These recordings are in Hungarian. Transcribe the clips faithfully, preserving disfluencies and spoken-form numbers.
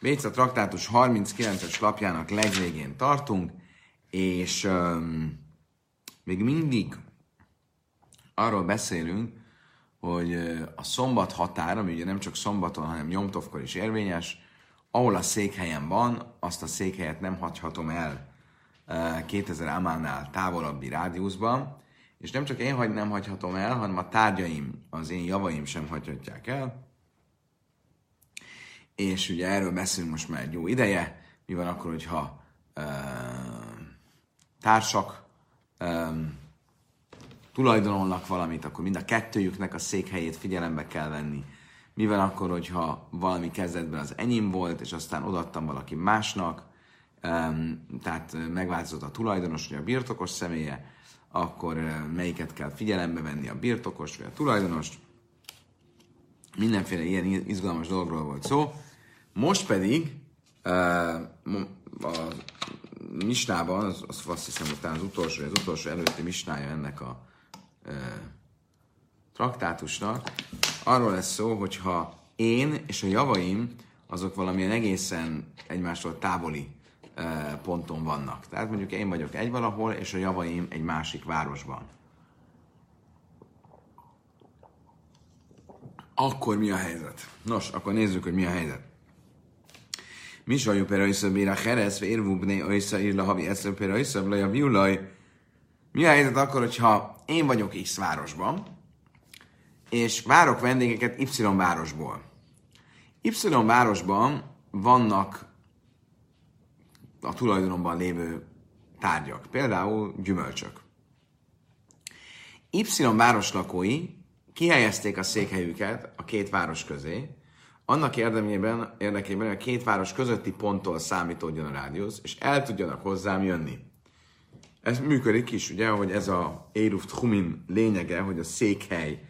Béca traktátus harminckilences lapjának legvégén tartunk, és um, még mindig arról beszélünk, hogy a szombat határ, ami ugye nem csak szombaton, hanem Jomtovkor is érvényes, ahol a székhelyen van, azt a székhelyet nem hagyhatom el kétezer amánál távolabbi rádiuszban, és nem csak én hagy, nem hagyhatom el, hanem a tárgyaim, az én javaim sem hagyhatják el. És ugye erről beszélünk most már egy jó ideje. Mi van akkor, hogyha uh, társak um, tulajdonolnak valamit, akkor mind a kettőjüknek a székhelyét figyelembe kell venni. Mi van akkor, hogyha valami kezdetben az enyém volt, és aztán odaadtam valaki másnak, um, tehát megváltozott a tulajdonos, vagy a birtokos személye, akkor uh, melyiket kell figyelembe venni, a birtokos vagy a tulajdonost. Mindenféle ilyen izgalmas dologról volt szó. Most pedig uh, a misnában, az, az azt hiszem, hogy talán az utolsó, az utolsó előtti misnája ennek a uh, traktátusnak, arról lesz szó, hogyha én és a javaim azok valamilyen egészen egymástól távoli uh, ponton vannak. Tehát mondjuk én vagyok egy valahol, és a javaim egy másik városban. Akkor mi a helyzet? Nos, akkor nézzük, hogy mi a helyzet. Mi sajú pera iszöbb ér a heresz, vérvubné oisza ír la havi eszöbb pera iszöbb laja viulaj. Mi a helyzet akkor, hogyha én vagyok X városban, és várok vendégeket Y városból. Y városban vannak a tulajdonomban lévő tárgyak, például gyümölcsök. Y város lakói kihelyezték a székhelyüket a két város közé, annak érdekében, érdekében, hogy a két város közötti ponttól számítódjon a rádiusz, és el tudjanak hozzám jönni. Ez működik is, ugye, hogy ez a Eruv Tchumin lényege, hogy a székhely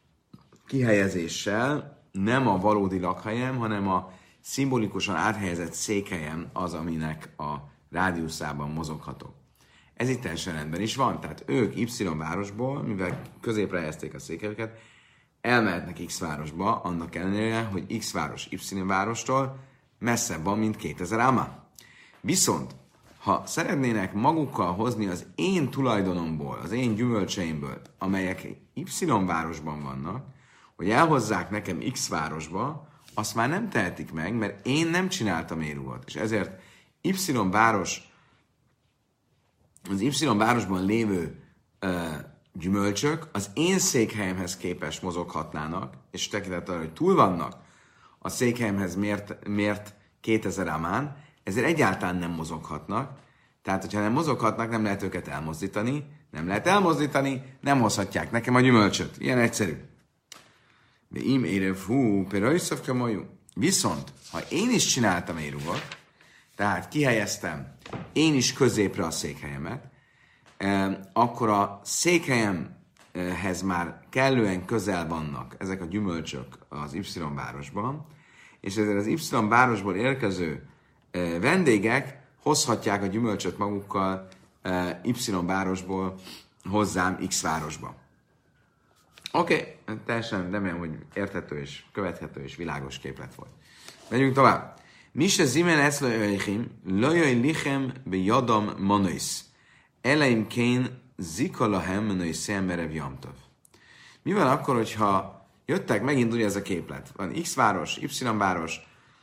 kihelyezéssel nem a valódi lakhelyem, hanem a szimbolikusan áthelyezett székhelyem az, aminek a rádiuszában mozoghatok. Ez itt teljesen rendben is van, tehát ők Y városból, mivel középre helyezték a székhelyüket, elmehetnek X városba, annak ellenére, hogy X város Y várostól messzebb van, mint kétezer áma. Viszont, ha szeretnének magukkal hozni az én tulajdonomból, az én gyümölcseimből, amelyek Y városban vannak, hogy elhozzák nekem X városba, azt már nem tehetik meg, mert én nem csináltam érúvat. És ezért Y város, az Y városban lévő uh, gyümölcsök az én székhelyemhez képest mozoghatnának, és tekintettel, hogy túl vannak a székhelyemhez mért, mért kétezer amán, ezért egyáltalán nem mozoghatnak. Tehát, hogyha nem mozoghatnak, nem lehet őket elmozdítani, nem lehet elmozdítani, nem hozhatják nekem a gyümölcsöt. Ilyen egyszerű. De im ére fú, például majú. Viszont, ha én is csináltam érúvat, tehát kihelyeztem én is középre a székhelyemet, akkor a székhelyemhez már kellően közel vannak ezek a gyümölcsök az Y városban, és ezért az Y városból érkező vendégek hozhatják a gyümölcsöt magukkal Y városból hozzám X városba. Oké, okay. Teljesen remélem, hogy érthető és követhető és világos képlet volt. Megyünk tovább. Mise zimen eszlő öjchim, löjöj lichem be jadam manoisz. Eleim kén zikalahem manoisz szemmerev jamtov. Mi van akkor, hogyha jöttek, megint ugye ez a képlet. Van X város, Y város,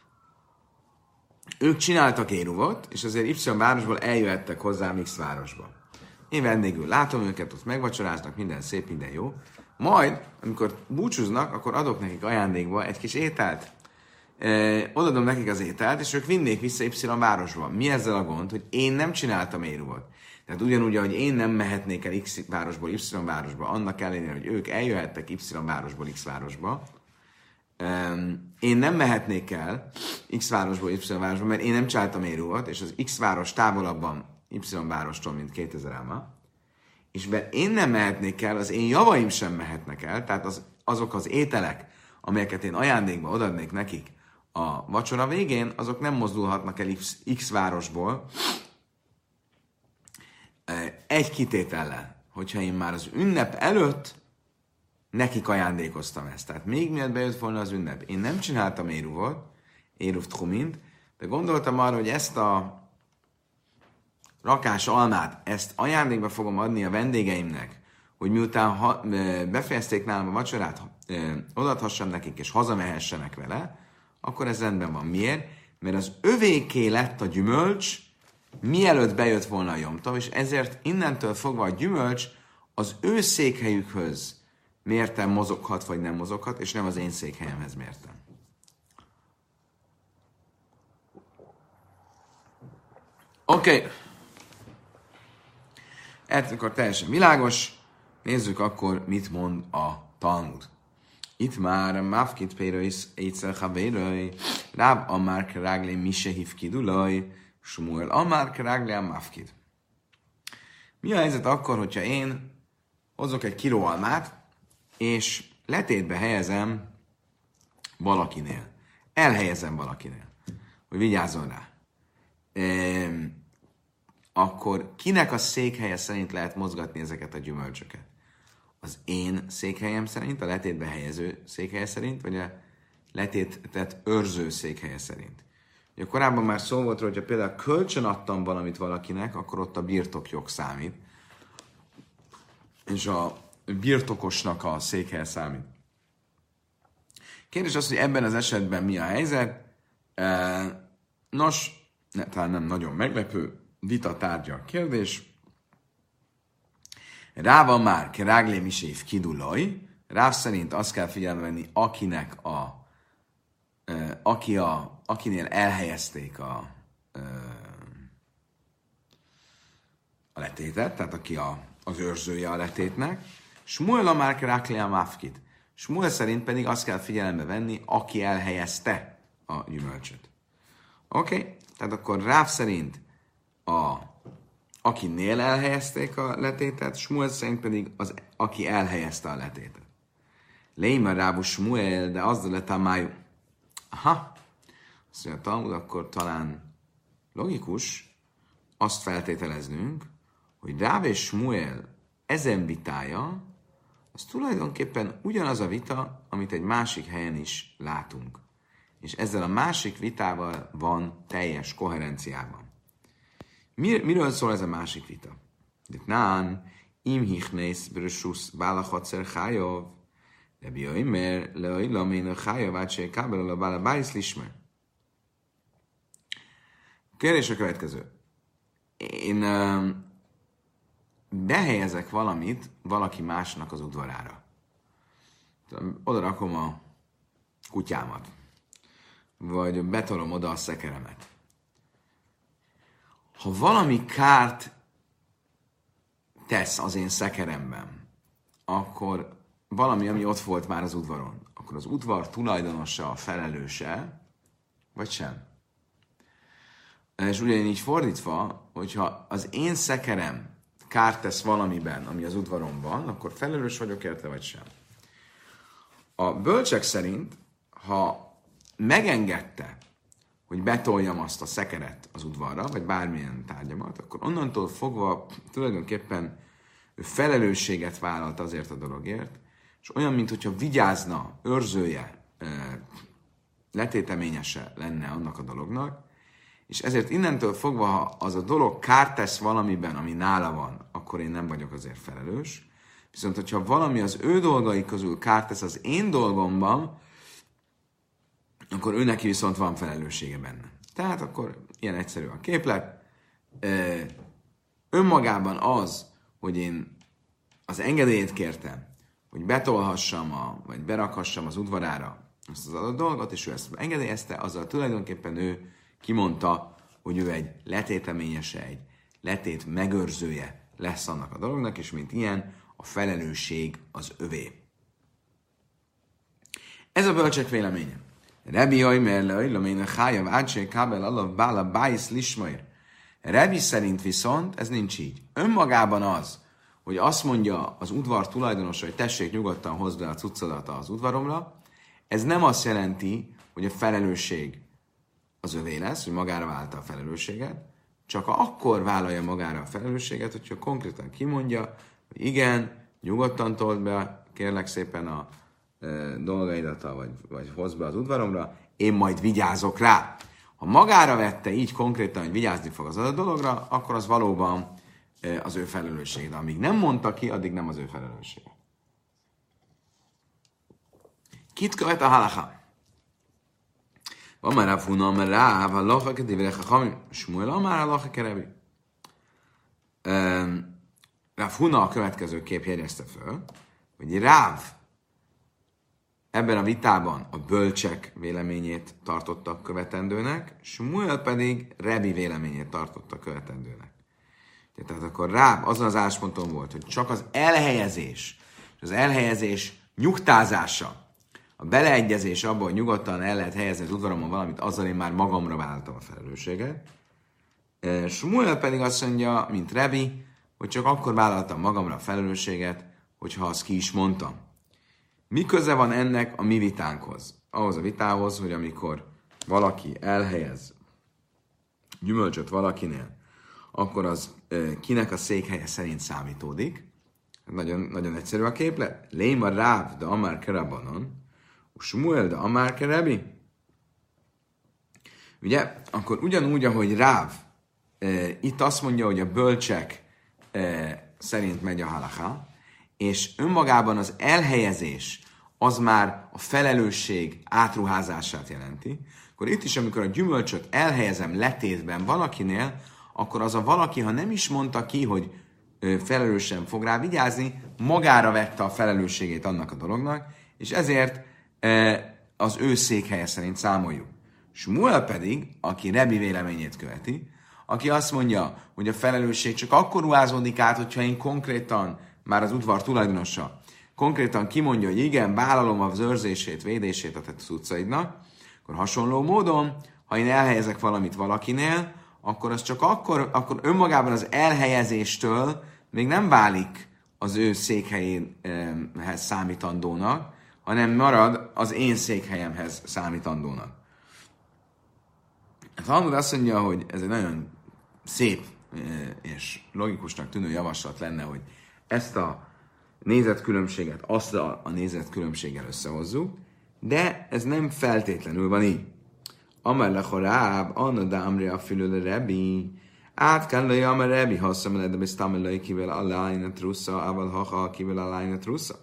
ők csináltak éruvot, és azért Y városból eljöhettek hozzám X városba. Én vendégül látom őket, ott megvacsoráznak, minden szép, minden jó. Majd, amikor búcsúznak, akkor adok nekik ajándékba egy kis ételt. E, odadom nekik az ételt, és ők vinnék vissza Y városba. Mi ezzel a gond, hogy én nem csináltam éruvot. Tehát ugyanúgy, hogy én nem mehetnék el X városból Y városba, annak ellenére, hogy ők eljöhettek Y városból X városba, én nem mehetnék el X városból Y városba, mert én nem csináltam érúvat, és az X város távolabban Y várostól, mint kétezer áma, és mert én nem mehetnék el, az én javaim sem mehetnek el, tehát az, azok az ételek, amelyeket én ajándékba odadnék nekik a vacsora végén, azok nem mozdulhatnak el X, X városból, egy kitétellel, hogyha én már az ünnep előtt nekik ajándékoztam ezt. Tehát még miatt bejött volna az ünnep. Én nem csináltam éruvot, éruv tchumint, de gondoltam arra, hogy ezt a rakás almát, ezt ajándékba fogom adni a vendégeimnek, hogy miután ha, befejezték nálam a vacsorát, odaadhassam nekik, és hazamehessenek vele, akkor ez rendben van. Miért? Mert az övéké lett a gyümölcs, mielőtt bejött volna a jomtov, és ezért innentől fogva a gyümölcs az ő székhelyükhöz mérten mozoghat, vagy nem mozoghat, és nem az én székhelyemhez mértem. Oké. Okay. Ez akkor teljesen világos. Nézzük akkor, mit mond a Talmud. Itt már Mafkit Pérois Étszer Havéroj, Ráb Amár Keráglé Mise Hivkidulaj, Smuel Amár Keráglé a Mafkid. Mi a helyzet akkor, hogyha én hozok egy kiló almát, és letétbe helyezem valakinél. Elhelyezem valakinél, hogy vigyázzon rá. Ehm, akkor kinek a székhelye szerint lehet mozgatni ezeket a gyümölcsöket? Az én székhelyem szerint, a letétbe helyező székhelye szerint, vagy a letétet őrző székhelye szerint? Ugye korábban már szó volt, hogy ha például kölcsön adtam valamit valakinek, akkor ott a birtokjog számít. És a birtokosnak a székhelye számít. Kérdés az, hogy ebben az esetben mi a helyzet? Nos, ne, talán nem nagyon meglepő, vita tárgya a kérdés. Ráva már keráglé misév kidulaj. Ráv szerint azt kell figyelembe venni, akinek a, uh, aki a, akinél elhelyezték a, uh, a letétet, tehát aki a, az őrzője a letétnek. Smuel a már keráglé a mafkit. Smuel szerint pedig azt kell figyelembe venni, aki elhelyezte a gyümölcsöt. Oké, okay. Tehát akkor Ráv szerint a akinél elhelyezték a letétet, Smuel szerint pedig az, aki elhelyezte a letétet. Léma Rábu Smuel, de azzal lett a májú. Aha, azt mondja a Talmud, akkor talán logikus azt feltételeznünk, hogy Ráv és Smuel ezen vitája, az tulajdonképpen ugyanaz a vita, amit egy másik helyen is látunk. És ezzel a másik vitával van teljes koherenciában. Mir, miről szól ez a másik vita? Nán, im hichnész brössusz bálachatzer chájov, de biaimer leajlamén a chájov átse kábel a bálabájsz lismer. Kérdés a következő. Én um, behelyezek valamit valaki másnak az udvarára. Oda rakom a kutyámat, vagy betolom oda a szekeremet. Ha valami kárt tesz az én szekeremben, akkor valami, ami ott volt már az udvaron, akkor az udvar tulajdonosa, a felelőse, vagy sem. És ugyanígy fordítva, hogyha az én szekerem kárt tesz valamiben, ami az udvaron van, akkor felelős vagyok érte, vagy sem. A bölcsek szerint, ha megengedte, hogy betoljam azt a szekeret az udvarra, vagy bármilyen tárgyamat, akkor onnantól fogva tulajdonképpen ő felelősséget vállalt azért a dologért, és olyan, mintha vigyázna, őrzője, letéteményese lenne annak a dolognak, és ezért innentől fogva, ha az a dolog kárt tesz valamiben, ami nála van, akkor én nem vagyok azért felelős. Viszont, hogyha valami az ő dolgai közül kárt tesz az én dolgomban, akkor ő neki viszont van felelőssége benne. Tehát akkor ilyen egyszerű a képlet. Önmagában az, hogy én az engedélyét kértem, hogy betolhassam, a, vagy berakhassam az udvarára azt az adott dolgot, és ő ezt engedélyezte, azzal tulajdonképpen ő kimondta, hogy ő egy letéteményese, egy letét megőrzője lesz annak a dolognak, és mint ilyen a felelősség az övé. Ez a bölcsek véleménye. Rebi Oimer leajlamén a chájav átsé kábel alav bála bájsz lismair. Rebi szerint viszont ez nincs így. Önmagában az, hogy azt mondja az udvar tulajdonosa, hogy tessék nyugodtan hozd be a cuccodat az udvaromra, ez nem azt jelenti, hogy a felelősség az övé lesz, hogy magára vállalta a felelősséget, csak akkor vállalja magára a felelősséget, hogyha konkrétan kimondja, hogy igen, nyugodtan told be, kérlek szépen a e, dolgaidat, vagy, vagy hozd be az udvaromra, én majd vigyázok rá. Ha magára vette így konkrétan, hogy vigyázni fog az adott dologra, akkor az valóban az ő felelőssége. De amíg nem mondta ki, addig nem az ő felelőssége. Kit követ a halacha? Van már Rav Huna, mert Ráv, a lacha kedivere chachamim, Smuel, már a lacha kerebi. Rav Huna a következő kép jegyezte föl, hogy Ráv ebben a vitában a bölcsek véleményét tartottak követendőnek, Smuel pedig Rebi véleményét tartotta követendőnek. Tehát akkor Ráv azon az állásponton volt, hogy csak az elhelyezés, és az elhelyezés nyugtázása, a beleegyezés abban, hogy nyugodtan el lehet helyezni az udvaromon valamit, azzal én már magamra vállaltam a felelősséget. Smuel pedig azt mondja, mint Rebi, hogy csak akkor vállaltam magamra a felelősséget, hogyha azt ki is mondtam. Mi köze van ennek a mi vitánkhoz? Ahhoz a vitához, hogy amikor valaki elhelyez gyümölcsöt valakinél, akkor az kinek a székhelye szerint számítódik. Nagyon, nagyon egyszerű a képlet. Léma Ráv, de Amár Kerabanon, Smuel, de Amár Kerebi. Ugye, akkor ugyanúgy, ahogy Ráv e, itt azt mondja, hogy a bölcsek e, szerint megy a halacha, és önmagában az elhelyezés az már a felelősség átruházását jelenti, akkor itt is, amikor a gyümölcsöt elhelyezem letétben valakinél, akkor az a valaki, ha nem is mondta ki, hogy ö, felelősen fog rá vigyázni, magára vette a felelősségét annak a dolognak, és ezért ö, az ő székhelye szerint számoljuk. Smuel pedig, aki Rebi véleményét követi, aki azt mondja, hogy a felelősség csak akkor ruházódik át, hogyha én konkrétan, már az udvar tulajdonosa, konkrétan kimondja, hogy igen, vállalom az őrzését, védését a te cuccaidnak, akkor hasonló módon, ha én elhelyezek valamit valakinél, akkor az csak akkor, akkor önmagában az elhelyezéstől még nem válik az ő székhelyéhez számítandónak, hanem marad az én székhelyemhez számítandónak. A Talmud azt mondja, hogy ez egy nagyon szép és logikusnak tűnő javaslat lenne, hogy ezt a nézetkülönbséget azzal a nézetkülönbséggel összehozzuk, de ez nem feltétlenül van így. Amar lechoráb, anna da amri a fülöle rebi, át kell lőj amar rebi, hasszam el, de biztam el kivel alájna trusza, ával haha kivel alájna trusza.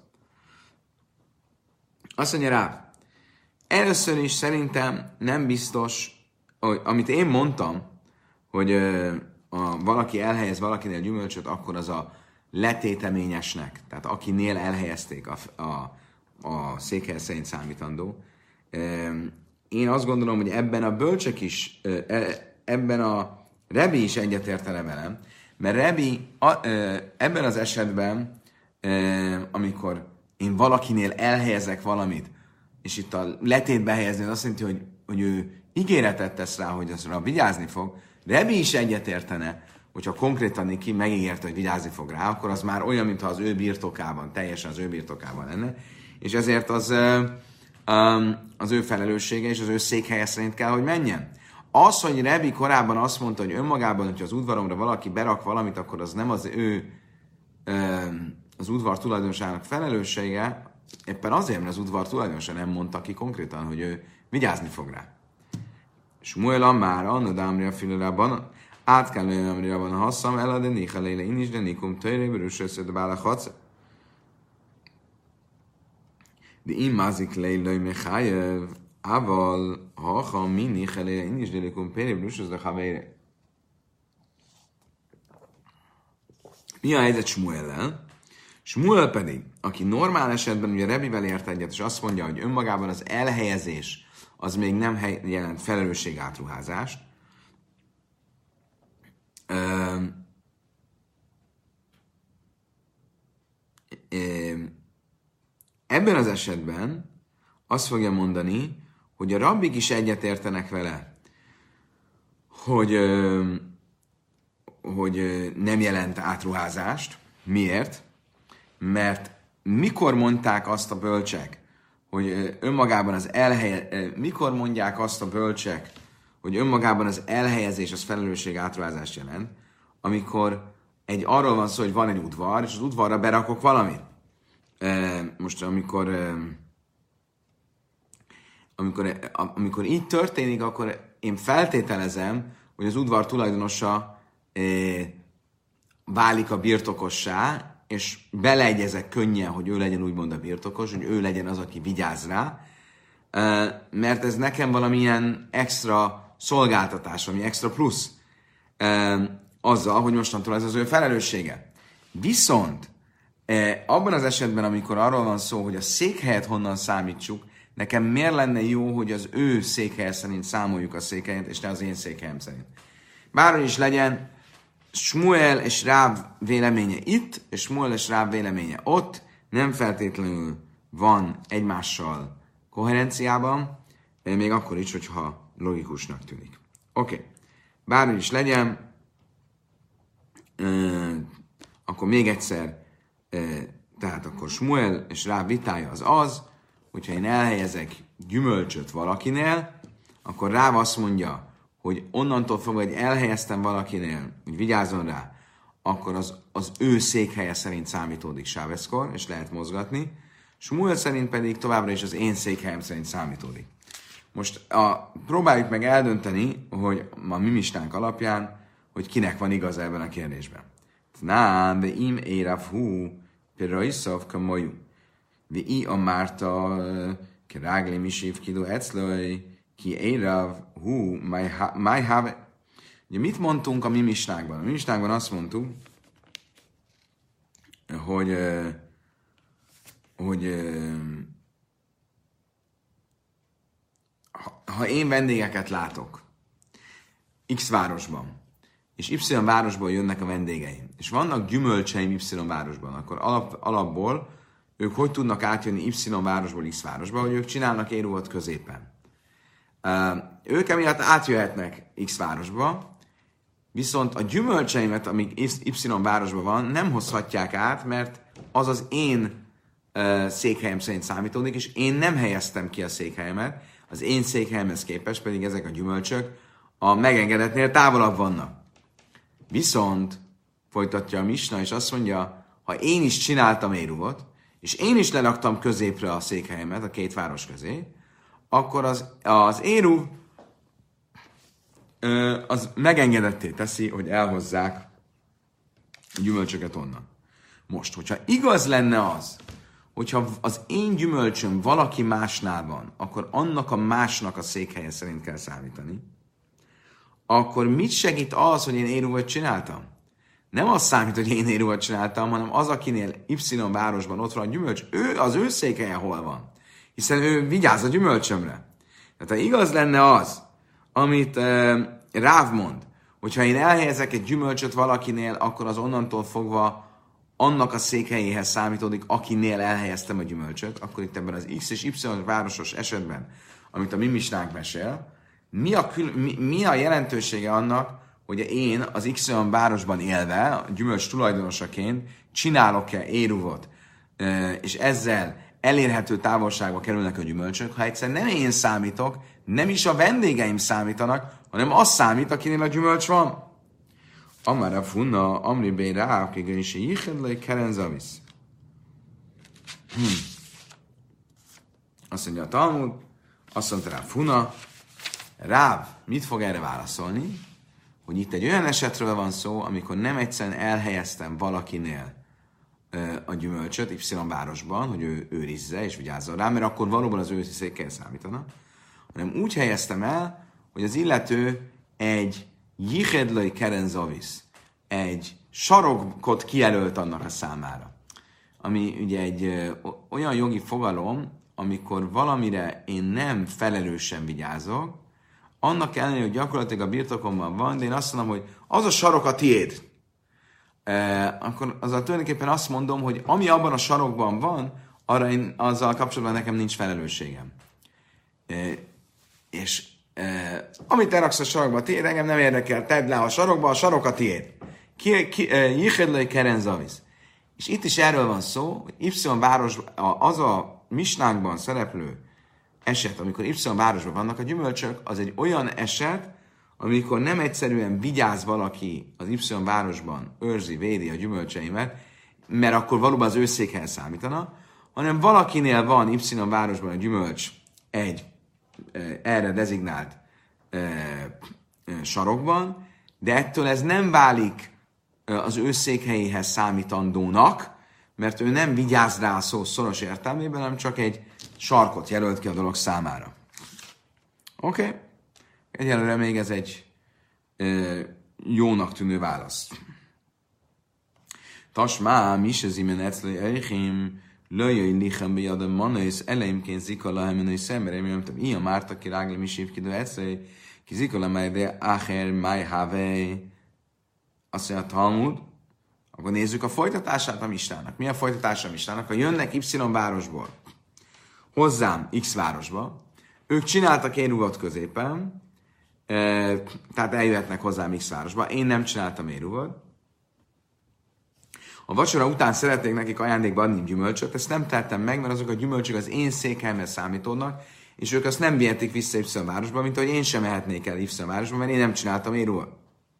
Azt mondja rá, először is szerintem nem biztos, hogy, amit én mondtam, hogy ö, a, valaki elhelyez valakinél gyümölcsöt, akkor az a letéteményesnek, tehát akinél elhelyezték a, a, a székhely szerint számítandó. Én azt gondolom, hogy ebben a bölcsek is, ebben a Rebi is egyetértene velem, mert Rebi ebben az esetben, amikor én valakinél elhelyezek valamit, és itt a letétbe helyezni, az azt jelenti, hogy, hogy ő ígéretet tesz rá, hogy azra vigyázni fog, Rebi is egyetértene, hogyha konkrétan neki megígérte, hogy vigyázni fog rá, akkor az már olyan, mintha az ő birtokában, teljesen az ő birtokában lenne, és ezért az, az ő felelőssége és az ő székhelye szerint kell, hogy menjen. Az, hogy Rebi korábban azt mondta, hogy önmagában, hogyha az udvaromra valaki berak valamit, akkor az nem az ő az udvar tulajdonosának felelőssége, éppen azért, mert az udvar tulajdonosa nem mondta ki konkrétan, hogy ő vigyázni fog rá. Smuel már anna dámria filőrában át kell lőni, amire van a hasszam, el de néha léle én is, de nikum töjre, bőrös összede bála hatsz. De imázik léle mechájev, ával haha mi néha léle én is, de nikum pére, bőrös összede havére. Mi a helyzet Smuellel? Smuel pedig, aki normál esetben ugye Rebivel ért egyet, és azt mondja, hogy önmagában az elhelyezés az még nem hely, jelent felelősség átruházást. Ö, ö, ebben az esetben azt fogja mondani, hogy a rabbik is egyetértenek vele, hogy, ö, hogy nem jelent átruházást. Miért? Mert mikor mondták azt a bölcsek, hogy önmagában az elhelye... Mikor mondják azt a bölcsek, hogy önmagában az elhelyezés az felelősség átruházást jelent, amikor egy arról van szó, hogy van egy udvar, és az udvarra berakok valamit. Most amikor amikor, amikor így történik, akkor én feltételezem, hogy az udvar tulajdonosa eh, válik a birtokossá, és beleegyezek könnyen, hogy ő legyen úgymond a birtokos, hogy ő legyen az, aki vigyáz rá, eh, mert ez nekem valamilyen extra szolgáltatás, valami extra plusz eh, azzal, hogy mostantól ez az ő felelőssége. Viszont eh, abban az esetben, amikor arról van szó, hogy a székhelyet honnan számítsuk, nekem miért lenne jó, hogy az ő székhelye szerint számoljuk a székhelyet, és ne az én székhelyem szerint. Bárhogy is legyen, Smuel és Ráv véleménye itt, és Smuel és Ráv véleménye ott, nem feltétlenül van egymással koherenciában, még akkor is, hogyha logikusnak tűnik. Oké. Okay. Bárhogy is legyen, euh, akkor még egyszer, euh, tehát akkor Smuel és Ráv vitája az az, hogyha én elhelyezek gyümölcsöt valakinél, akkor Ráv azt mondja, hogy onnantól fogva, hogy elhelyeztem valakinél, hogy vigyázzon rá, akkor az, az ő székhelye szerint számítódik sáveszkor, és lehet mozgatni. Smuel szerint pedig továbbra is az én székhelyem szerint számítódik. Most a, próbáljuk meg eldönteni, hogy a mi mistánk alapján, hogy kinek van igaz ebben a kérdésben. Nám, de im érav hú, piraiszov kamojú. Vi i amárta, kerágli misív kidó eclőj, ki érav hú, máj have. Ugye mit mondtunk a mi misnákban? A mi misnákban azt mondtuk, hogy, hogy ha én vendégeket látok X városban, és Y városból jönnek a vendégeim, és vannak gyümölcseim Y városban, akkor alap, alapból ők hogy tudnak átjönni Y városból X városba, hogy ők csinálnak érúvat középen. Uh, ők emiatt átjöhetnek X városba, viszont a gyümölcseimet, amik Y városban van, nem hozhatják át, mert az az én uh, székhelyem szerint számítódik, és én nem helyeztem ki a székhelyemet, az én székhelyemhez képest pedig ezek a gyümölcsök a megengedetnél távolabb vannak. Viszont folytatja a misna, és azt mondja, ha én is csináltam éruvot, és én is lelaktam középre a székhelyemet, a két város közé, akkor az, az éruv az megengedetté teszi, hogy elhozzák a gyümölcsöket onnan. Most, hogyha igaz lenne az, hogyha az én gyümölcsöm valaki másnál van, akkor annak a másnak a székhelye szerint kell számítani, akkor mit segít az, hogy én érúvat csináltam? Nem az számít, hogy én érúvat csináltam, hanem az, akinél Y városban ott van a gyümölcs, ő, az ő székhelye hol van? Hiszen ő vigyáz a gyümölcsömre. Tehát ha igaz lenne az, amit uh, Ráv mond, hogyha én elhelyezek egy gyümölcsöt valakinél, akkor az onnantól fogva annak a székhelyéhez számítódik, akinél elhelyeztem a gyümölcsöt, akkor itt ebben az X és Y városos esetben, amit a mi misnánk mesél, mi a, kül- mi, mi a jelentősége annak, hogy én az X városban élve, a gyümölcs tulajdonosaként csinálok-e éruvot, és ezzel elérhető távolságba kerülnek a gyümölcsök, ha egyszer nem én számítok, nem is a vendégeim számítanak, hanem az számít, akinél a gyümölcs van. Amara funna, amri bé rá, akik is jichedlai kerenzavisz. Hmm. Azt mondja a Talmud, azt mondta rá Funa, Ráv mit fog erre válaszolni? Hogy itt egy olyan esetről van szó, amikor nem egyszerűen elhelyeztem valakinél ö, a gyümölcsöt Y városban, hogy ő őrizze és vigyázzon rá, mert akkor valóban az ő székkel számítana, hanem úgy helyeztem el, hogy az illető egy jichedlai kerenzavisz, egy sarokot kijelölt annak a számára. Ami ugye egy ö, olyan jogi fogalom, amikor valamire én nem felelősen vigyázok, annak ellenére, hogy gyakorlatilag a birtokomban van, de én azt mondom, hogy az a sarok a tiéd. E, akkor azzal tulajdonképpen azt mondom, hogy ami abban a sarokban van, arra én, azzal kapcsolatban nekem nincs felelősségem. E, és e, amit elraksz a sarokba, tiéd, engem nem érdekel, tedd le a sarokba, a sarok a tiéd. Jichedlai kerenzavisz. És itt is erről van szó, hogy Y város, az a misnákban szereplő eset, amikor Y városban vannak a gyümölcsök, az egy olyan eset, amikor nem egyszerűen vigyáz valaki az Y városban, őrzi, védi a gyümölcseimet, mert akkor valóban az ő székhelyen számítana, hanem valakinél van Y városban a gyümölcs egy erre dezignált e, e, sarokban, de ettől ez nem válik e, az ő székhelyéhez számítandónak, mert ő nem vigyáz rá a szó szoros értelmében, hanem csak egy sarkot jelölt ki a dolog számára. Oké? Okay. Egyelőre még ez egy e, jónak tűnő válasz. Tasmá, mis az imen eclai eichim, löjöj lichem bejadam manősz, eleimként zikala hemenői szemre, mi mondtam, ilyen márta ki rágli misív kidő eclai, ki zikala melyde áher máj havej, azt mondja a Talmud, akkor nézzük a folytatását a mistának. Mi a folytatása a mistának? Ha jönnek Y városból, hozzám X városba, ők csináltak éruvot középen, tehát eljöhetnek hozzám X városba, én nem csináltam éruvot. A vacsora után szeretnék nekik ajándékba adni gyümölcsöt, ezt nem tettem meg, mert azok a gyümölcsök az én székhelyemhez számítódnak, és ők azt nem vihetik vissza Y városba, mint ahogy én sem mehetnék el Y városba, mert én nem csináltam éruvot.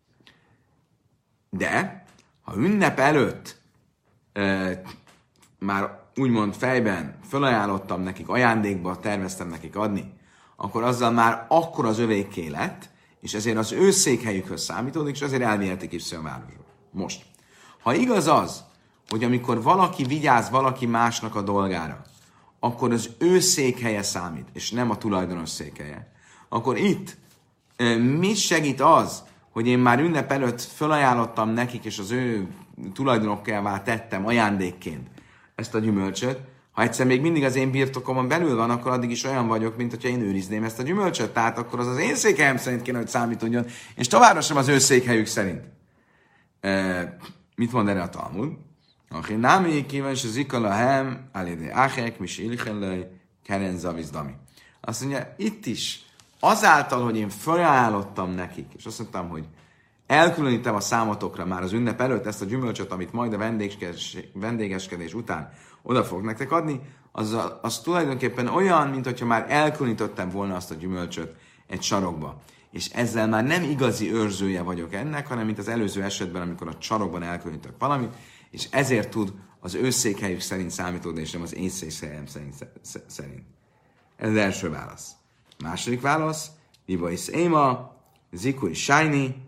De, ha ünnep előtt e, már úgymond fejben felajánlottam nekik, ajándékba terveztem nekik adni, akkor azzal már akkor az övéké lett, és ezért az ő székhelyükhöz számítódik, és azért elvihetik Y városba. Most, ha igaz az, hogy amikor valaki vigyáz valaki másnak a dolgára, akkor az ő székhelye számít, és nem a tulajdonos székhelye, akkor itt e, mit segít az, hogy én már ünnep előtt felajánlottam nekik, és az ő tulajdonokkává tettem ajándékként ezt a gyümölcsöt. Ha egyszer még mindig az én birtokomon belül van, akkor addig is olyan vagyok, mint hogyha én őrizném ezt a gyümölcsöt. Tehát akkor az az én székhelyem szerint kéne, hogy számítodjon, és továbbra sem az ő székhelyük szerint. E, mit mond erre a Talmud? Aki námi kíváncsi az ikalahem, alédé áhek, mis ilchenlej, keren zavizdami. Azt mondja, itt is, azáltal, hogy én felajánlottam nekik, és azt mondtam, hogy elkülönítem a számotokra már az ünnep előtt ezt a gyümölcsöt, amit majd a vendégeskedés után oda fog nektek adni, az, az tulajdonképpen olyan, mint hogyha már elkülönítettem volna azt a gyümölcsöt egy sarokba. És ezzel már nem igazi őrzője vagyok ennek, hanem mint az előző esetben, amikor a sarokban elkülönítek valamit, és ezért tud az ő székhelyük szerint számítódni, és nem az én székhelyem szerint. Ez az első válasz. Második válasz, Liba is Éma, Zikui Shiny.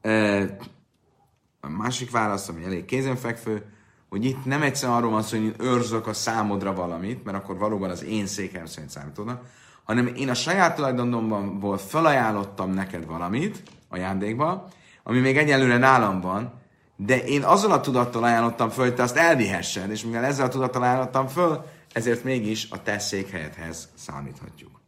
A másik válasz, ami elég kézenfekvő, hogy itt nem egyszerűen arról van szó, hogy én őrzök a számodra valamit, mert akkor valóban az én székhelyem szerint számítódna, hanem én a saját tulajdonomból felajánlottam neked valamit ajándékba, ami még egyelőre nálam van, de én azzal a tudattal ajánlottam föl, hogy te azt elvihessed, és mivel ezzel a tudattal ajánlottam föl, ezért mégis a te székhelyedhez számíthatjuk.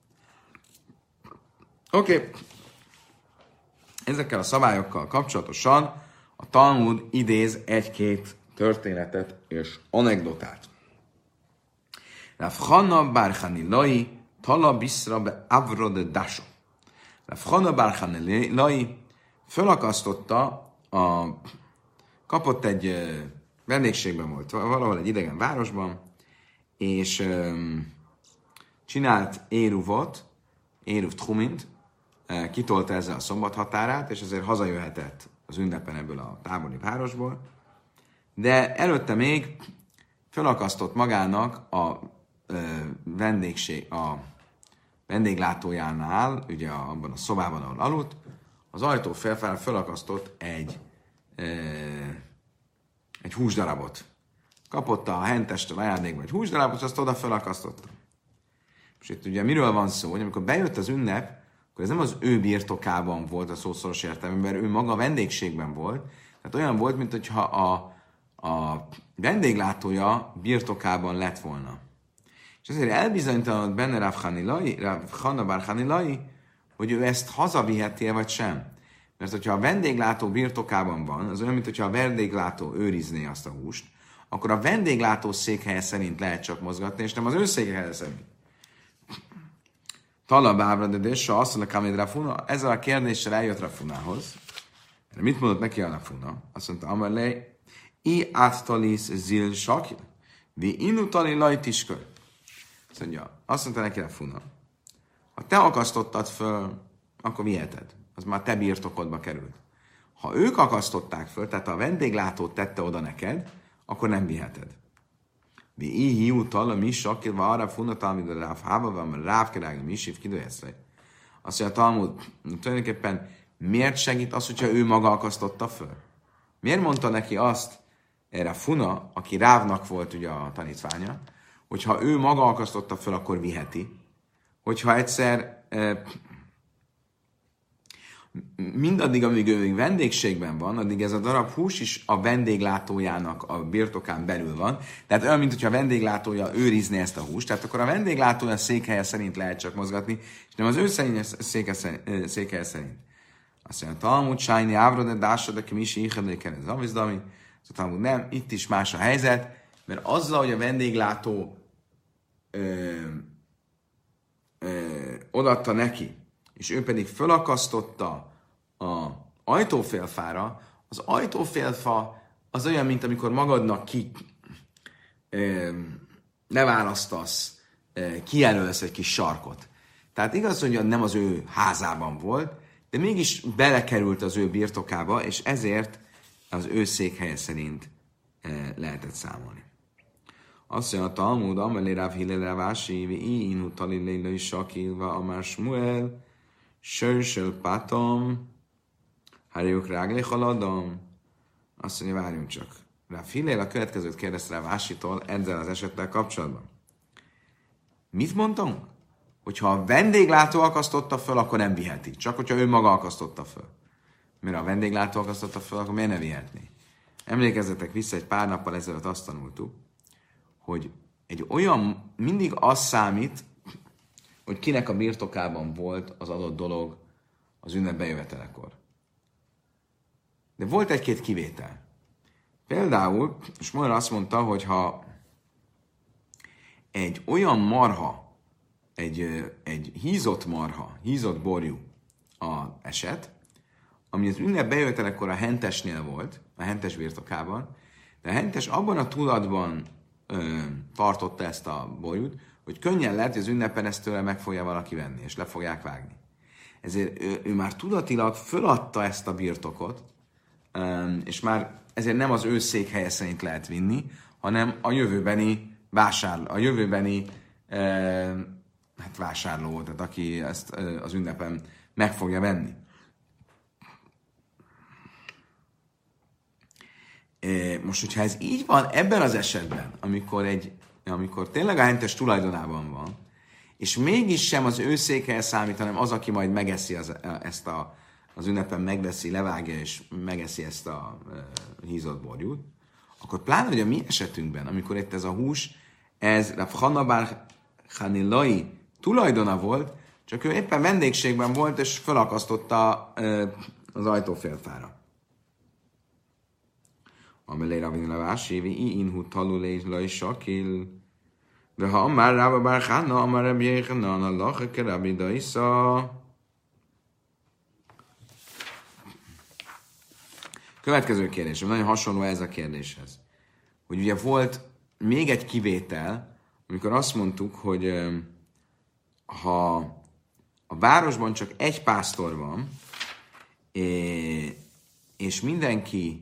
Oké. Okay. Ezekkel a szabályokkal kapcsolatosan a Talmud idéz egy-két történetet és anekdotát. Rav Chana bar Chanilai tala biszra be avrod daso. Rav Chana bar Chanilai fölakasztotta a... kapott egy vendégségben volt, valahol egy idegen városban, és um, csinált éruvot, éruv tchumint, kitolta ezzel a szombat határát, és ezért hazajöhetett az ünnepen ebből a távoli városból. De előtte még felakasztott magának a vendégség, a vendéglátójánál, ugye abban a szobában, ahol aludt, az ajtó felfelé felakasztott egy, egy húsdarabot. Kapott a hentestől ajándékba egy húsdarabot, azt oda felakasztotta. És itt ugye miről van szó, hogy amikor bejött az ünnep, akkor ez nem az ő birtokában volt a szószoros értelemben, mert ő maga a vendégségben volt. Tehát olyan volt, mint hogyha a, a vendéglátója birtokában lett volna. És ezért elbizonytalanodott benne Rav Chana bar Chanilai, hogy ő ezt hazaviheti-e vagy sem. Mert hogyha a vendéglátó birtokában van, az olyan, mint hogyha a vendéglátó őrizné azt a húst, akkor a vendéglátó székhelye szerint lehet csak mozgatni, és nem az ő székhelye szerint. Talab Ábradedésa, azt mondta Kamid Rafuna, ezzel a kérdéssel eljött Rafunához. Mit mondott neki a Rafuna? Azt mondta, Amalé, I áttalis zil sakil, vi inutali lajtiskör. Azt mondja, azt mondta neki Rafuna, ha te akasztottad föl, akkor viheted. Az már te birtokodba került. Ha ők akasztották föl, tehát a vendéglátót tette oda neked, akkor nem viheted. Vi ihi utal a mi sakilva arra funatal, mint a ráv hába van, mert ráv kerág a misív kidőjeszre. Azt mondja a Talmud, tulajdonképpen miért segít az, hogyha ő maga akasztotta föl? Miért mondta neki azt erre Funa, aki Rávnak volt ugye a tanítványa, hogyha ő maga akasztotta föl, akkor viheti. Hogyha egyszer eh, mindaddig, amíg ő vendégségben van, addig ez a darab hús is a vendéglátójának a birtokán belül van. Tehát olyan, mintha a vendéglátója őrizné ezt a húst, tehát akkor a vendéglátója székhelye szerint lehet csak mozgatni, és nem az ő székhelye szerint. Azt mondja, Talmud, Sájni, Ávrode, Dásode, Kimisi, Ichedléken, ez Avizdami. Szóval nem, itt is más a helyzet, mert azzal, hogy a vendéglátó ö, ö, odaadta neki, és ő pedig fölakasztotta a ajtófélfára, az ajtófélfa az olyan, mint amikor magadnak ki ö, leválasztasz, ö, kijelölsz egy kis sarkot. Tehát igaz, hogy nem az ő házában volt, de mégis belekerült az ő birtokába, és ezért az ő székhelye szerint eh, lehetett számolni. Azt mondja a Talmud, amelé Rav Hillel Rav Ashi, vi inu talilei sakilva amár Smuel, sörsel patom, harjuk ráglé haladom. Azt mondja, várjunk csak. Rav Hillel a következőt kérdezte Rav Ashitól ezzel az esettel kapcsolatban. Mit mondtam? Hogyha a vendéglátó akasztotta föl, akkor nem viheti. Csak hogyha ő maga akasztotta föl. Mert a vendéglátó akasztotta föl, akkor miért ne vihetné? Emlékezzetek vissza, egy pár nappal ezelőtt azt tanultuk, hogy egy olyan, mindig az számít, hogy kinek a birtokában volt az adott dolog az ünnep bejövetelekor. De volt egy-két kivétel. Például, és Moira azt mondta, hogy ha egy olyan marha, egy, egy hízott marha, hízott borjú a eset, ami az ünnep bejövetelekor a hentesnél volt, a hentes birtokában, de a hentes abban a tudatban ö, tartotta ezt a borjút, hogy könnyen lehet, hogy az ünnepen ezt tőle meg fogja valaki venni, és le fogják vágni. Ezért ő, ő már tudatilag föladta ezt a birtokot, ö, és már ezért nem az ő székhelye szerint lehet vinni, hanem a jövőbeni vásárló, a jövőbeni ö, hát vásárló, tehát aki ezt ö, az ünnepen meg fogja venni. Most, hogyha ez így van, ebben az esetben, amikor, egy, amikor tényleg a hentes tulajdonában van, és mégis sem az ő székhelye számít, hanem az, aki majd megeszi az, ezt a, az ünnepen, megveszi, levágja és megeszi ezt a e, hízott borjút, akkor pláne, hogy a mi esetünkben, amikor itt ez a hús, ez Rav Hana bar Hanilai tulajdona volt, csak ő éppen vendégségben volt, és felakasztotta e, az ajtófélfára. Amelé Ravin Lavási, vi inhu talulé laj sakil, de ha amár Rába bár Hána, amár Rabbi Jéhanan, a lacheke Rabbi Daisza. Következő kérdés, nagyon hasonló ez a kérdéshez. Hogy ugye volt még egy kivétel, amikor azt mondtuk, hogy ha a városban csak egy pásztor van, és mindenki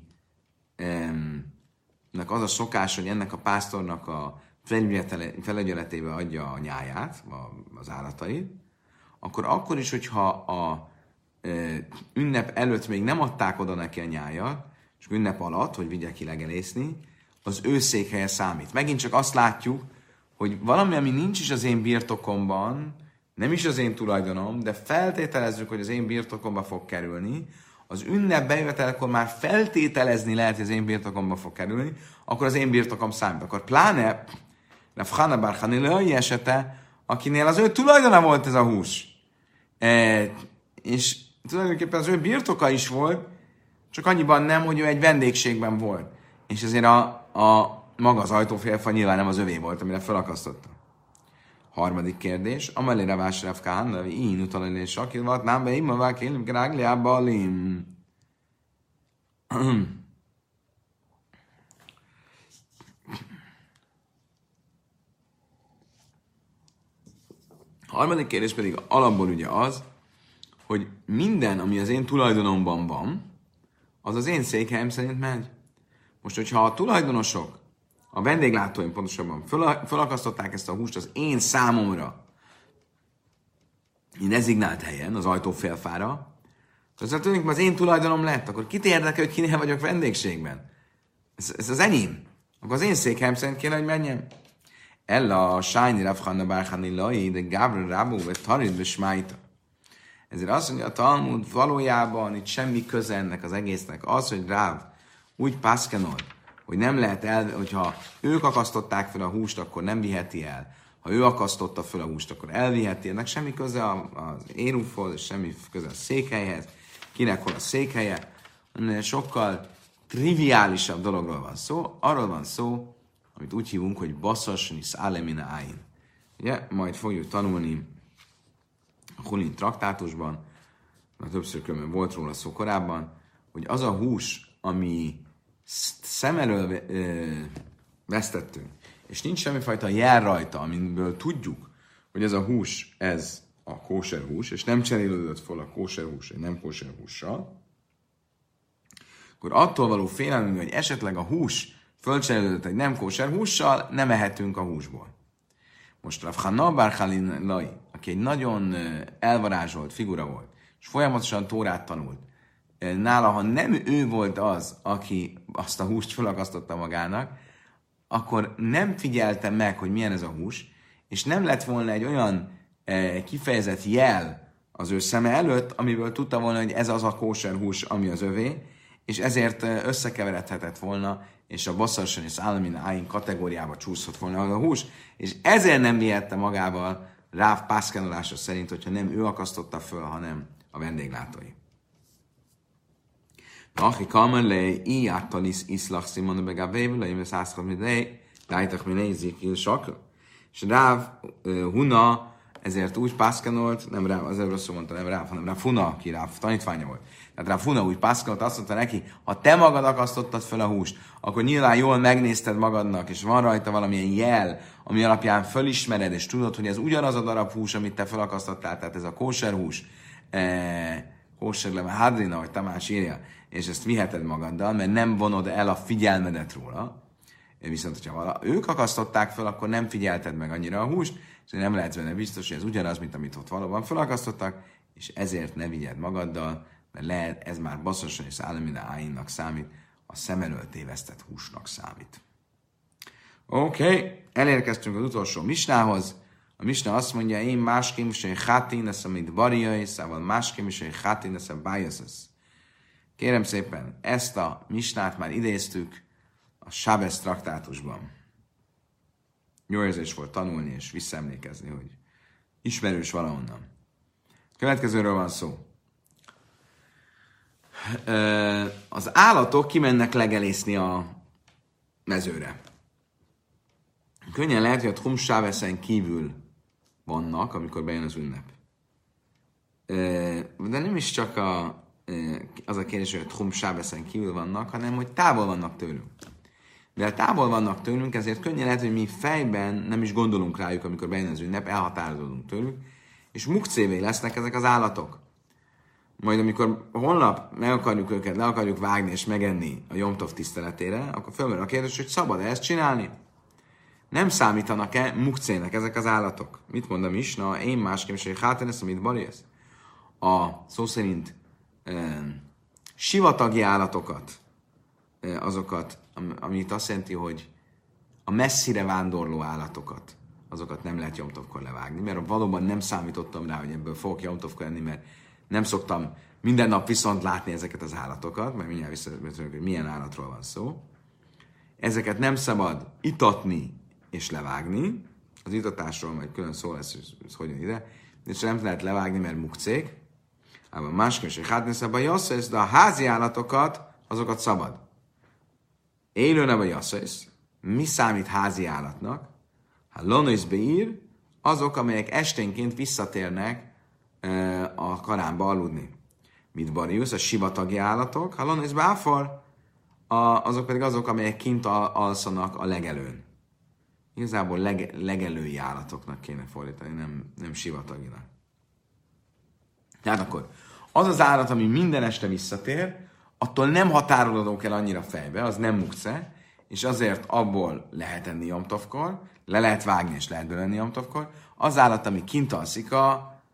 nek az a szokás, hogy ennek a pásztornak a felügyeletébe adja a nyáját, az állatait, akkor akkor is, hogyha a ünnep előtt még nem adták oda neki a nyájat, és ünnep alatt, hogy vigye ki legelészni, az ő székhelye számít. Megint csak azt látjuk, hogy valami, ami nincs is az én birtokomban, nem is az én tulajdonom, de feltételezzük, hogy az én birtokomba fog kerülni, az ünnep bejövetelkor már feltételezni lehet, hogy az én birtokomba fog kerülni, akkor az én birtokom számít. Akkor pláne Rav Hana bar Hanilai esete, akinél az ő tulajdona volt ez a hús. E, és tulajdonképpen az ő birtoka is volt, csak annyiban nem, hogy ő egy vendégségben volt. És ezért a, a maga az ajtófélfa nyilván nem az övé volt, amire felakasztotta. Harmadik kérdés. Amelé Ravás Rav Kahana, én utalani és sakilvat, nem be imma vák élim grágliába alim. Harmadik kérdés pedig alapból ugye az, hogy minden, ami az én tulajdonomban van, az az én székhelyem szerint megy. Most, hogyha a tulajdonosok, a vendéglátóim pontosabban föl, fölakasztották ezt a húst az én számomra, dezignált helyen, az ajtófélfára, akkor tulajdonképpen az én tulajdonom lett, akkor kit érdekel, hogy kinél vagyok vendégségben? Ez, ez az enyém. Akkor az én székhelyem szerint kéne, hogy menjem. Ella, Sájni, Rafhanna, Bárhani, Lai, de Gábor, Rábó, vagy Tarid, Besmájta. Ezért azt mondja, a Talmud valójában itt semmi köze ennek az egésznek. Az, hogy Ráv úgy pászkenol, hogy nem lehet el, hogyha ők akasztották fel a húst, akkor nem viheti el. Ha ő akasztotta fel a húst, akkor elviheti. Ennek semmi köze az érufhoz, és semmi köze a székhelyhez. Kinek hol a székhelye. Sokkal triviálisabb dologról van szó. Arról van szó, amit úgy hívunk, hogy basszasni szálemine áin. Ugye, majd fogjuk tanulni a Hulin traktátusban, mert többször különben volt róla szó korábban, hogy az a hús, ami szem elől ö, vesztettünk, és nincs semmifajta jel rajta, amiből tudjuk, hogy ez a hús, ez a kóser hús, és nem cserélődött fel a kóser hús egy nem kóser hússal, akkor attól való félelmünk, hogy esetleg a hús fölcserélődött egy nem kóser hússal, nem ehetünk a húsból. Most Rav Channa bar Chalin Lai, aki egy nagyon elvarázsolt figura volt, és folyamatosan Tórát tanult, nála, ha nem ő volt az, aki azt a húst felakasztotta magának, akkor nem figyelte meg, hogy milyen ez a hús, és nem lett volna egy olyan eh, kifejezett jel az ő szeme előtt, amiből tudta volna, hogy ez az a kóser hús, ami az övé, és ezért összekeveredhetett volna, és a basszarsan és államin áin kategóriába csúszott volna az a hús, és ezért nem vihette magával Ráv pászkenolása szerint, hogyha nem ő akasztotta föl, hanem a vendéglátói. Aki kamer le, így áttalis iszlach szimon begavével, hogy ez ászkat midei, lájtak mi nézik il sakra. És Ráv Huna ezért úgy pászkenolt, nem Ráv, azért rosszul mondta, nem Ráv, hanem Ráv Huna, aki Ráv tanítványa volt. Tehát Ráv Huna úgy pászkenolt, azt mondta neki, ha te magad akasztottad fel a húst, akkor nyilván jól megnézted magadnak, és van rajta valamilyen jel, ami alapján fölismered, és tudod, hogy ez ugyanaz a darab hús, amit te felakasztottál, tehát ez a kóser hús, eh, kóser leve hadrina, ahogy Tamás írja, és ezt viheted magaddal, mert nem vonod el a figyelmedet róla. Viszont, hogyha vala, ők akasztották fel, akkor nem figyelted meg annyira a húst, és nem lehetsz benne biztos, hogy ez ugyanaz, mint amit ott valóban felakasztottak, és ezért ne vigyed magaddal, mert lehet, ez már basszosan és államina áinnak számít, a szem elől tévesztett húsnak számít. Oké, okay. Elérkeztünk az utolsó misnához. A misna azt mondja, én másképp is egy hátin, ez amit bariai, szóval másképp is egy hátin, ez a bájaszesz. Kérem szépen, ezt a misnát már idéztük a Sábesz traktátusban. Jó érzés volt tanulni és visszaemlékezni, hogy ismerős valahonnan. Következőről van szó. Az állatok kimennek legelészni a mezőre. Könnyen lehet, hogy a Tchum Sábeszen kívül vannak, amikor bejön az ünnep. De nem is csak a az a kérdés, hogy a Tchum Sábeszen kívül vannak, hanem hogy távol vannak tőlünk. Mivel távol vannak tőlünk, ezért könnyen lehet, hogy mi fejben nem is gondolunk rájuk, amikor bejön az ünnep, elhatározódunk tőlük, és mukcévé lesznek ezek az állatok. Majd amikor holnap meg akarjuk őket, le akarjuk vágni és megenni a Jom Tov tiszteletére, akkor fölmerül a kérdés, hogy szabad-e ezt csinálni? Nem számítanak-e mukcének ezek az állatok? Mit mondom is? Na, én másképp is, hogy háten ezt, amit barélsz. A szó szerint sivatagi állatokat, azokat, amit azt jelenti, hogy a messzire vándorló állatokat, azokat nem lehet Jomtovkor levágni, mert valóban nem számítottam rá, hogy ebből fogok Jomtovkor lenni, mert nem szoktam minden nap viszont látni ezeket az állatokat, mert mindjárt visszatérünk, hogy milyen állatról van szó. Ezeket nem szabad itatni és levágni, az itatásról majd külön szó lesz, hogy ez hogyan ide, és nem lehet levágni, mert mukcék. Ában másképp is, hát szabad jasszesz, de a házi állatokat, azokat szabad. Élő neve jasszesz, mi számít házi állatnak? Ha lonész beír, azok, amelyek esténként visszatérnek e, a karánba aludni. Mit bariusz, a sivatagi állatok, ha lonész beáfor, azok pedig azok, amelyek kint al- alszanak a legelőn. Igazából leg- legelői állatoknak kéne fordítani, nem, nem sivataginak. Tehát akkor az az állat, ami minden este visszatér, attól nem határolódunk el annyira fejbe, az nem mukce, és azért abból lehet enni Jomtovkor, le lehet vágni és lehet belőle enni Jomtovkor. Az állat, ami kint alszik a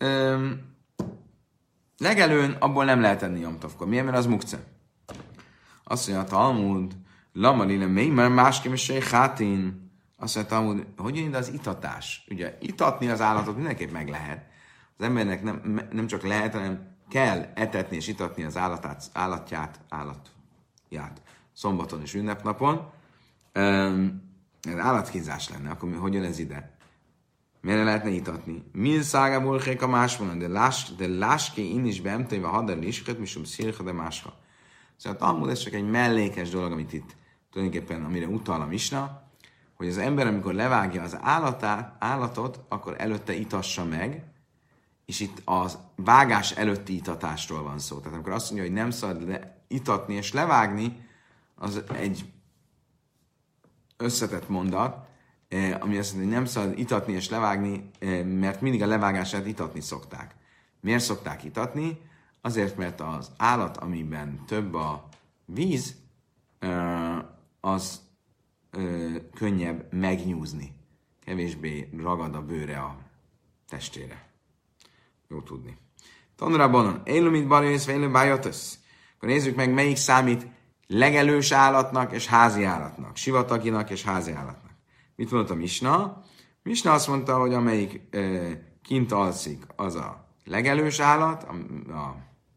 öm, legelőn abból nem lehet enni Jomtovkor. Miért? Mert az mukce. Azt mondja a Talmud, lama lile mély, mert másképp is hátin. Azt mondja a Talmud, hogy jön ide az itatás? Ugye itatni az állatot mindenképp meg lehet. Az embernek nem, nem csak lehet, hanem kell etetni és itatni az állatát, állatját, állatját szombaton és ünnepnapon. Um, ez állatkínzás lenne, akkor hogy jön ez ide? Miért lehetne itatni? Min szágából a más mondani, de, lás, de láské én is beemtőjve hadar lisket, misum szírha, de másha. Szóval a Talmud ez csak egy mellékes dolog, amit itt tulajdonképpen, amire utal a misna, hogy az ember, amikor levágja az állatát, állatot, akkor előtte itassa meg, és itt az vágás előtti itatásról van szó. Tehát amikor azt mondja, hogy nem szabad le, itatni és levágni, az egy összetett mondat, ami azt mondja, hogy nem szabad itatni és levágni, mert mindig a levágását itatni szokták. Miért szokták itatni? Azért, mert az állat, amiben több a víz, az könnyebb megnyúzni. Kevésbé ragad a bőre a testére. Jó tudni. Tanulában, élő, mint barjöjsz, élő bájotösz. Akkor nézzük meg, melyik számít legelős állatnak és házi állatnak. Sivataginak és házi állatnak. Mit mondta Misna? Misna azt mondta, hogy amelyik e, kint alszik, az a legelős állat, a, a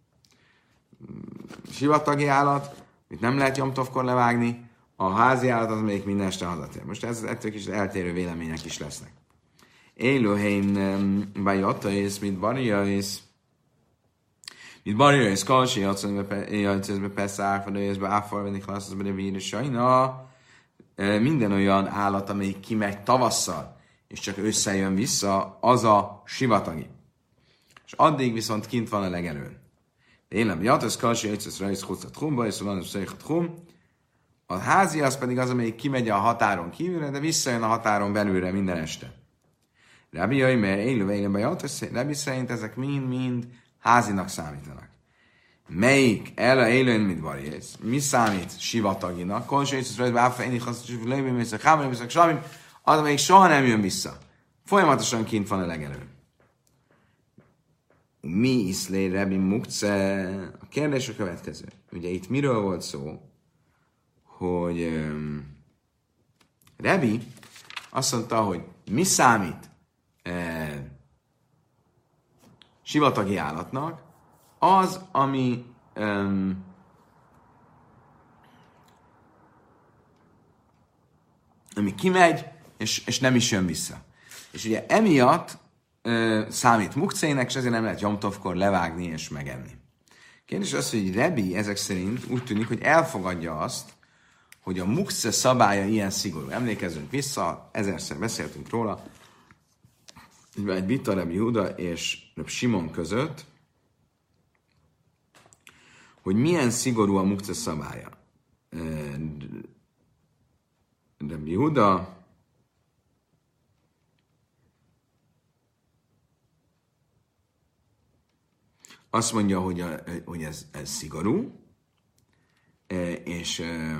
sivatagi állat, amit nem lehet Jomtovkor levágni, a házi állat az, amelyik minden este hazatér. Most ez, ettől kis eltérő vélemények is lesznek. Élőhelyen bajotais, mit barjais, mit barjais, kalsi, játszani Peszár, fadőjészbe, áfarvenni, klasszaszbe, de víris, sajna. Minden olyan állat, amelyik kimegy tavasszal, és csak ősszel jön vissza, az a sivatagi. És addig viszont kint van a legelőn. Élem, játsz, kalsi, játsz, rajsz, húztat humba, és van, szöjjhat hum. A házi az pedig az, amelyik kimegy a határon kívülre, de visszajön a határon belülre minden este. Rabbi jaj, mert élő élőben játsz, Rabbi szerint ezek mind-mind házinak számítanak. Melyik el a élőn, mint varjész? Mi számít sivataginak? Konsész, rajta, áfejni, hasznosítva, lőbémészek, hámolébészek, samim, az, amelyik soha nem jön vissza. Folyamatosan kint van a legelőn. Mi iszlé Rabbi mukce? A kérdés a következő. Ugye itt miről volt szó? Hogy um, Rabbi azt mondta, hogy mi számít eh, sivatagi állatnak, az, ami um, ami kimegy, és, és nem is jön vissza. És ugye emiatt uh, számít mukcének, és ezért nem lehet Jomtovkor levágni és megenni. Kérdés az, hogy Rebbi ezek szerint úgy tűnik, hogy elfogadja azt, hogy a mukce szabálya ilyen szigorú. Emlékezzünk vissza, ezerszer beszéltünk róla, egy vita Rabbi Yehuda és Rabbi Simon között, hogy milyen szigorú a mukce szabálya. Rabbi Yehuda azt mondja, hogy, a, hogy ez, ez szigorú, és,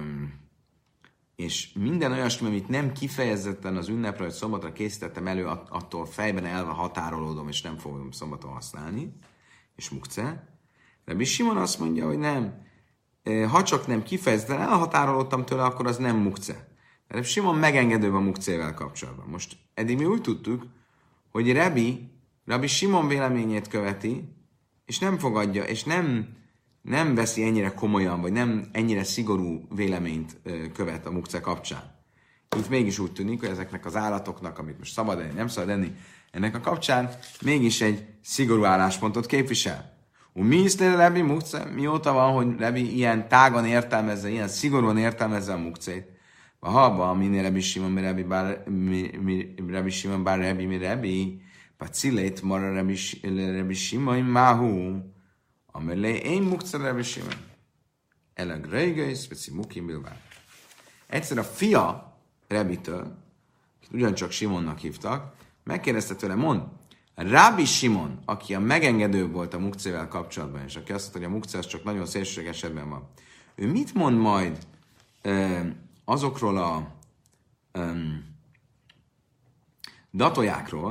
és minden olyasmi, amit nem kifejezetten az ünnepre vagy szombatra készítettem elő, attól fejben elve határolódom, és nem fogom szombaton használni, és mukce. Rabbi Simon azt mondja, hogy nem. Ha csak nem kifejezetten elhatárolódtam tőle, akkor az nem mukce. Rabbi Simon megengedőbb a mukcével kapcsolatban. Most eddig mi úgy tudtuk, hogy Rabbi, Rabbi Simon véleményét követi, és nem fogadja, és nem, nem veszi ennyire komolyan, vagy nem ennyire szigorú véleményt követ a mukce kapcsán. Itt mégis úgy tűnik, hogy ezeknek az állatoknak, amit most szabad enni, nem szabad enni, ennek a kapcsán mégis egy szigorú álláspontot képvisel. Mi is Rabbi mukce? Mióta van, hogy Rabbi ilyen tágan értelmezze, ilyen szigorúan értelmezze a mukcét? Ha minél Rabbi Simon, mi Rabbi bár Rabbi Simon, bár Rabbi, mi Rabbi, pacilét mara Rabbi Simon, máhu, amelé én mukce Rabbi Simon. Eleg rejgész, peci mukim bilván. Egyszer a fia Rabbitől, akit ugyancsak Simonnak hívtak, megkérdezte tőle, mond, Rabbi Simon, aki a megengedő volt a mukcével kapcsolatban, és aki azt mondta, hogy a mukce az csak nagyon szélsőséges esetben van, ő mit mond majd ö, azokról a ö, datójákról,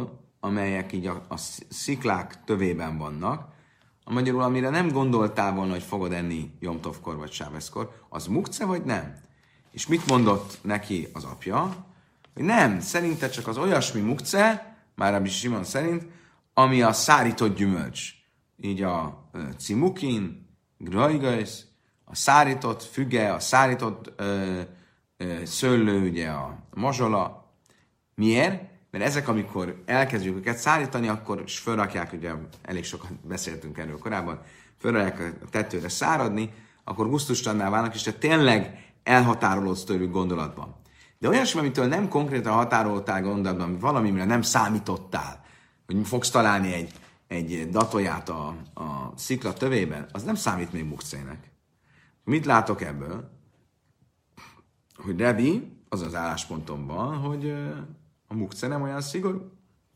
amelyek így a, a sziklák tövében vannak, a magyarul, amire nem gondoltál volna, hogy fogod enni Jomtovkor vagy Sáveszkor, az mukce vagy nem? És mit mondott neki az apja? Hogy nem, szerinte csak az olyasmi mukce, már Rabbi Simon szerint, ami a szárított gyümölcs. Így a uh, cimukin, grajgajsz, a szárított füge, a szárított uh, uh, szőlő, ugye a mazsola. Miért? Mert ezek, amikor elkezdjük őket szárítani, akkor is fölrakják, ugye elég sokat beszéltünk erről korábban, fölrakják a tetőre száradni, akkor gusztustalanná válnak, és te tényleg elhatárolódsz tőlük gondolatban. De olyasmi, amitől nem konkrétan határoltál gondolatban, valamire nem számítottál, hogy fogsz találni egy, egy datóját a, a szikla tövében, az nem számít még mukcének. Mit látok ebből? Hogy Rebi, az az álláspontomban, hogy a mukce nem olyan szigorú.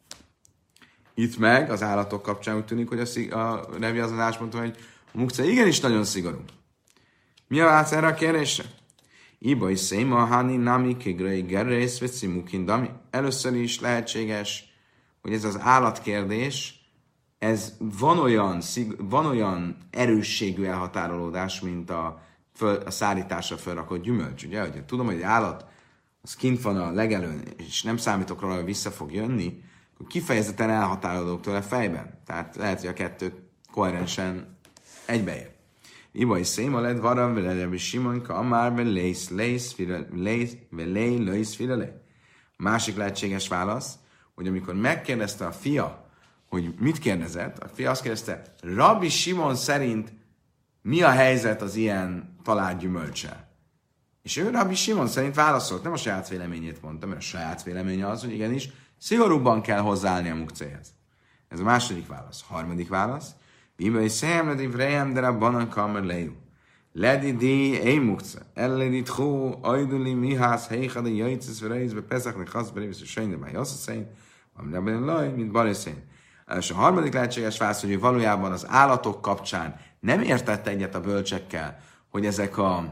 Itt meg az állatok kapcsán úgy tűnik, hogy a, szig- a Rebi az az álláspontom, hogy a mukce igenis nagyon szigorú. Mi a válasz erre a kérdésre? Iba is széma, hani, nami, kigrei, gerrész, vagy cimukin, dami. Először is lehetséges, hogy ez az állatkérdés, ez van olyan, szig- van olyan erősségű elhatárolódás, mint a, föl, a szárításra felrakott gyümölcs. Ugye, hogy tudom, hogy egy állat az kint van a legelőn, és nem számítok róla, hogy vissza fog jönni, akkor kifejezetten elhatárolódok tőle fejben. Tehát lehet, hogy a kettő koherensen egybeér. Iba is széma lett varam, vele Rabbi Simonka, amár ve lész, lész, lész, ve lé, lész, lé. A másik lehetséges válasz, hogy amikor megkérdezte a fia, hogy mit kérdezett, a fia azt kérdezte, Rabbi Simon szerint mi a helyzet az ilyen talált gyümölcssel? És ő Rabbi Simon szerint válaszolt, nem a saját véleményét mondta, mert a saját véleménye az, hogy igenis szigorúbban kell hozzáállni a mukcéhez. Ez a második válasz. Harmadik válasz. Bíba is szemledi vrejem, de rabbanan kamer lejú. Ledi di egy mukce. Elledi tchó, ajduli mihász, heichadi, jajcesz, verejzbe, peszakni, chasz, berévisz, és sejnde, már jasszaszén, ami rabban laj, mint balészén. És a harmadik lehetséges válasz, hogy valójában az állatok kapcsán nem értett egyet a bölcsekkel, hogy ezek a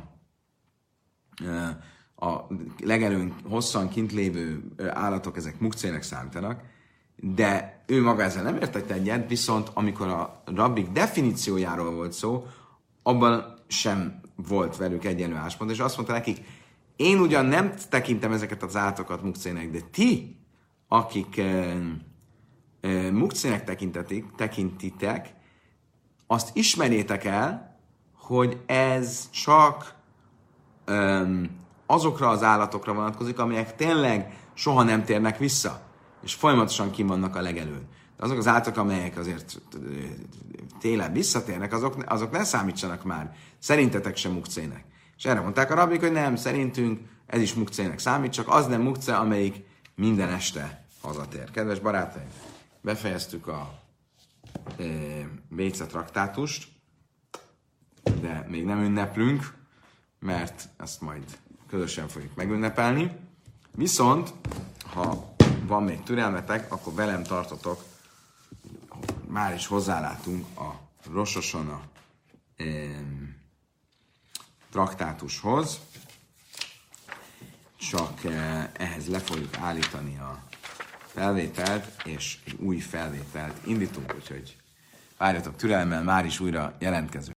a legelőn hosszan kint lévő állatok, ezek mukcének számítanak, de ő maga ezzel nem értett egyet, viszont amikor a rabbik definíciójáról volt szó, abban sem volt velük egyenlő álláspont, és azt mondta nekik, én ugyan nem tekintem ezeket az állatokat mukcének, de ti, akik e, e, mukcének tekintitek, azt ismerjétek el, hogy ez csak azokra az állatokra vonatkozik, amelyek tényleg soha nem térnek vissza, és folyamatosan kim vannak a legelőn. De azok az állatok, amelyek azért télen visszatérnek, azok, azok ne számítsanak már. Szerintetek sem mukcének. És erre mondták a rabbik, hogy nem, szerintünk ez is mukcének számít, csak az nem mukce, amelyik minden este hazatér. Kedves barátaim, befejeztük a e, Béca traktátust, de még nem ünneplünk, mert ezt majd közösen fogjuk megünnepelni. Viszont, ha van még türelmetek, akkor velem tartotok, már is hozzálátunk a Rosh Hashana eh, traktátushoz, csak eh, ehhez le fogjuk állítani a felvételt, és egy új felvételt indítunk, úgyhogy várjatok türelemmel, már is újra jelentkezünk.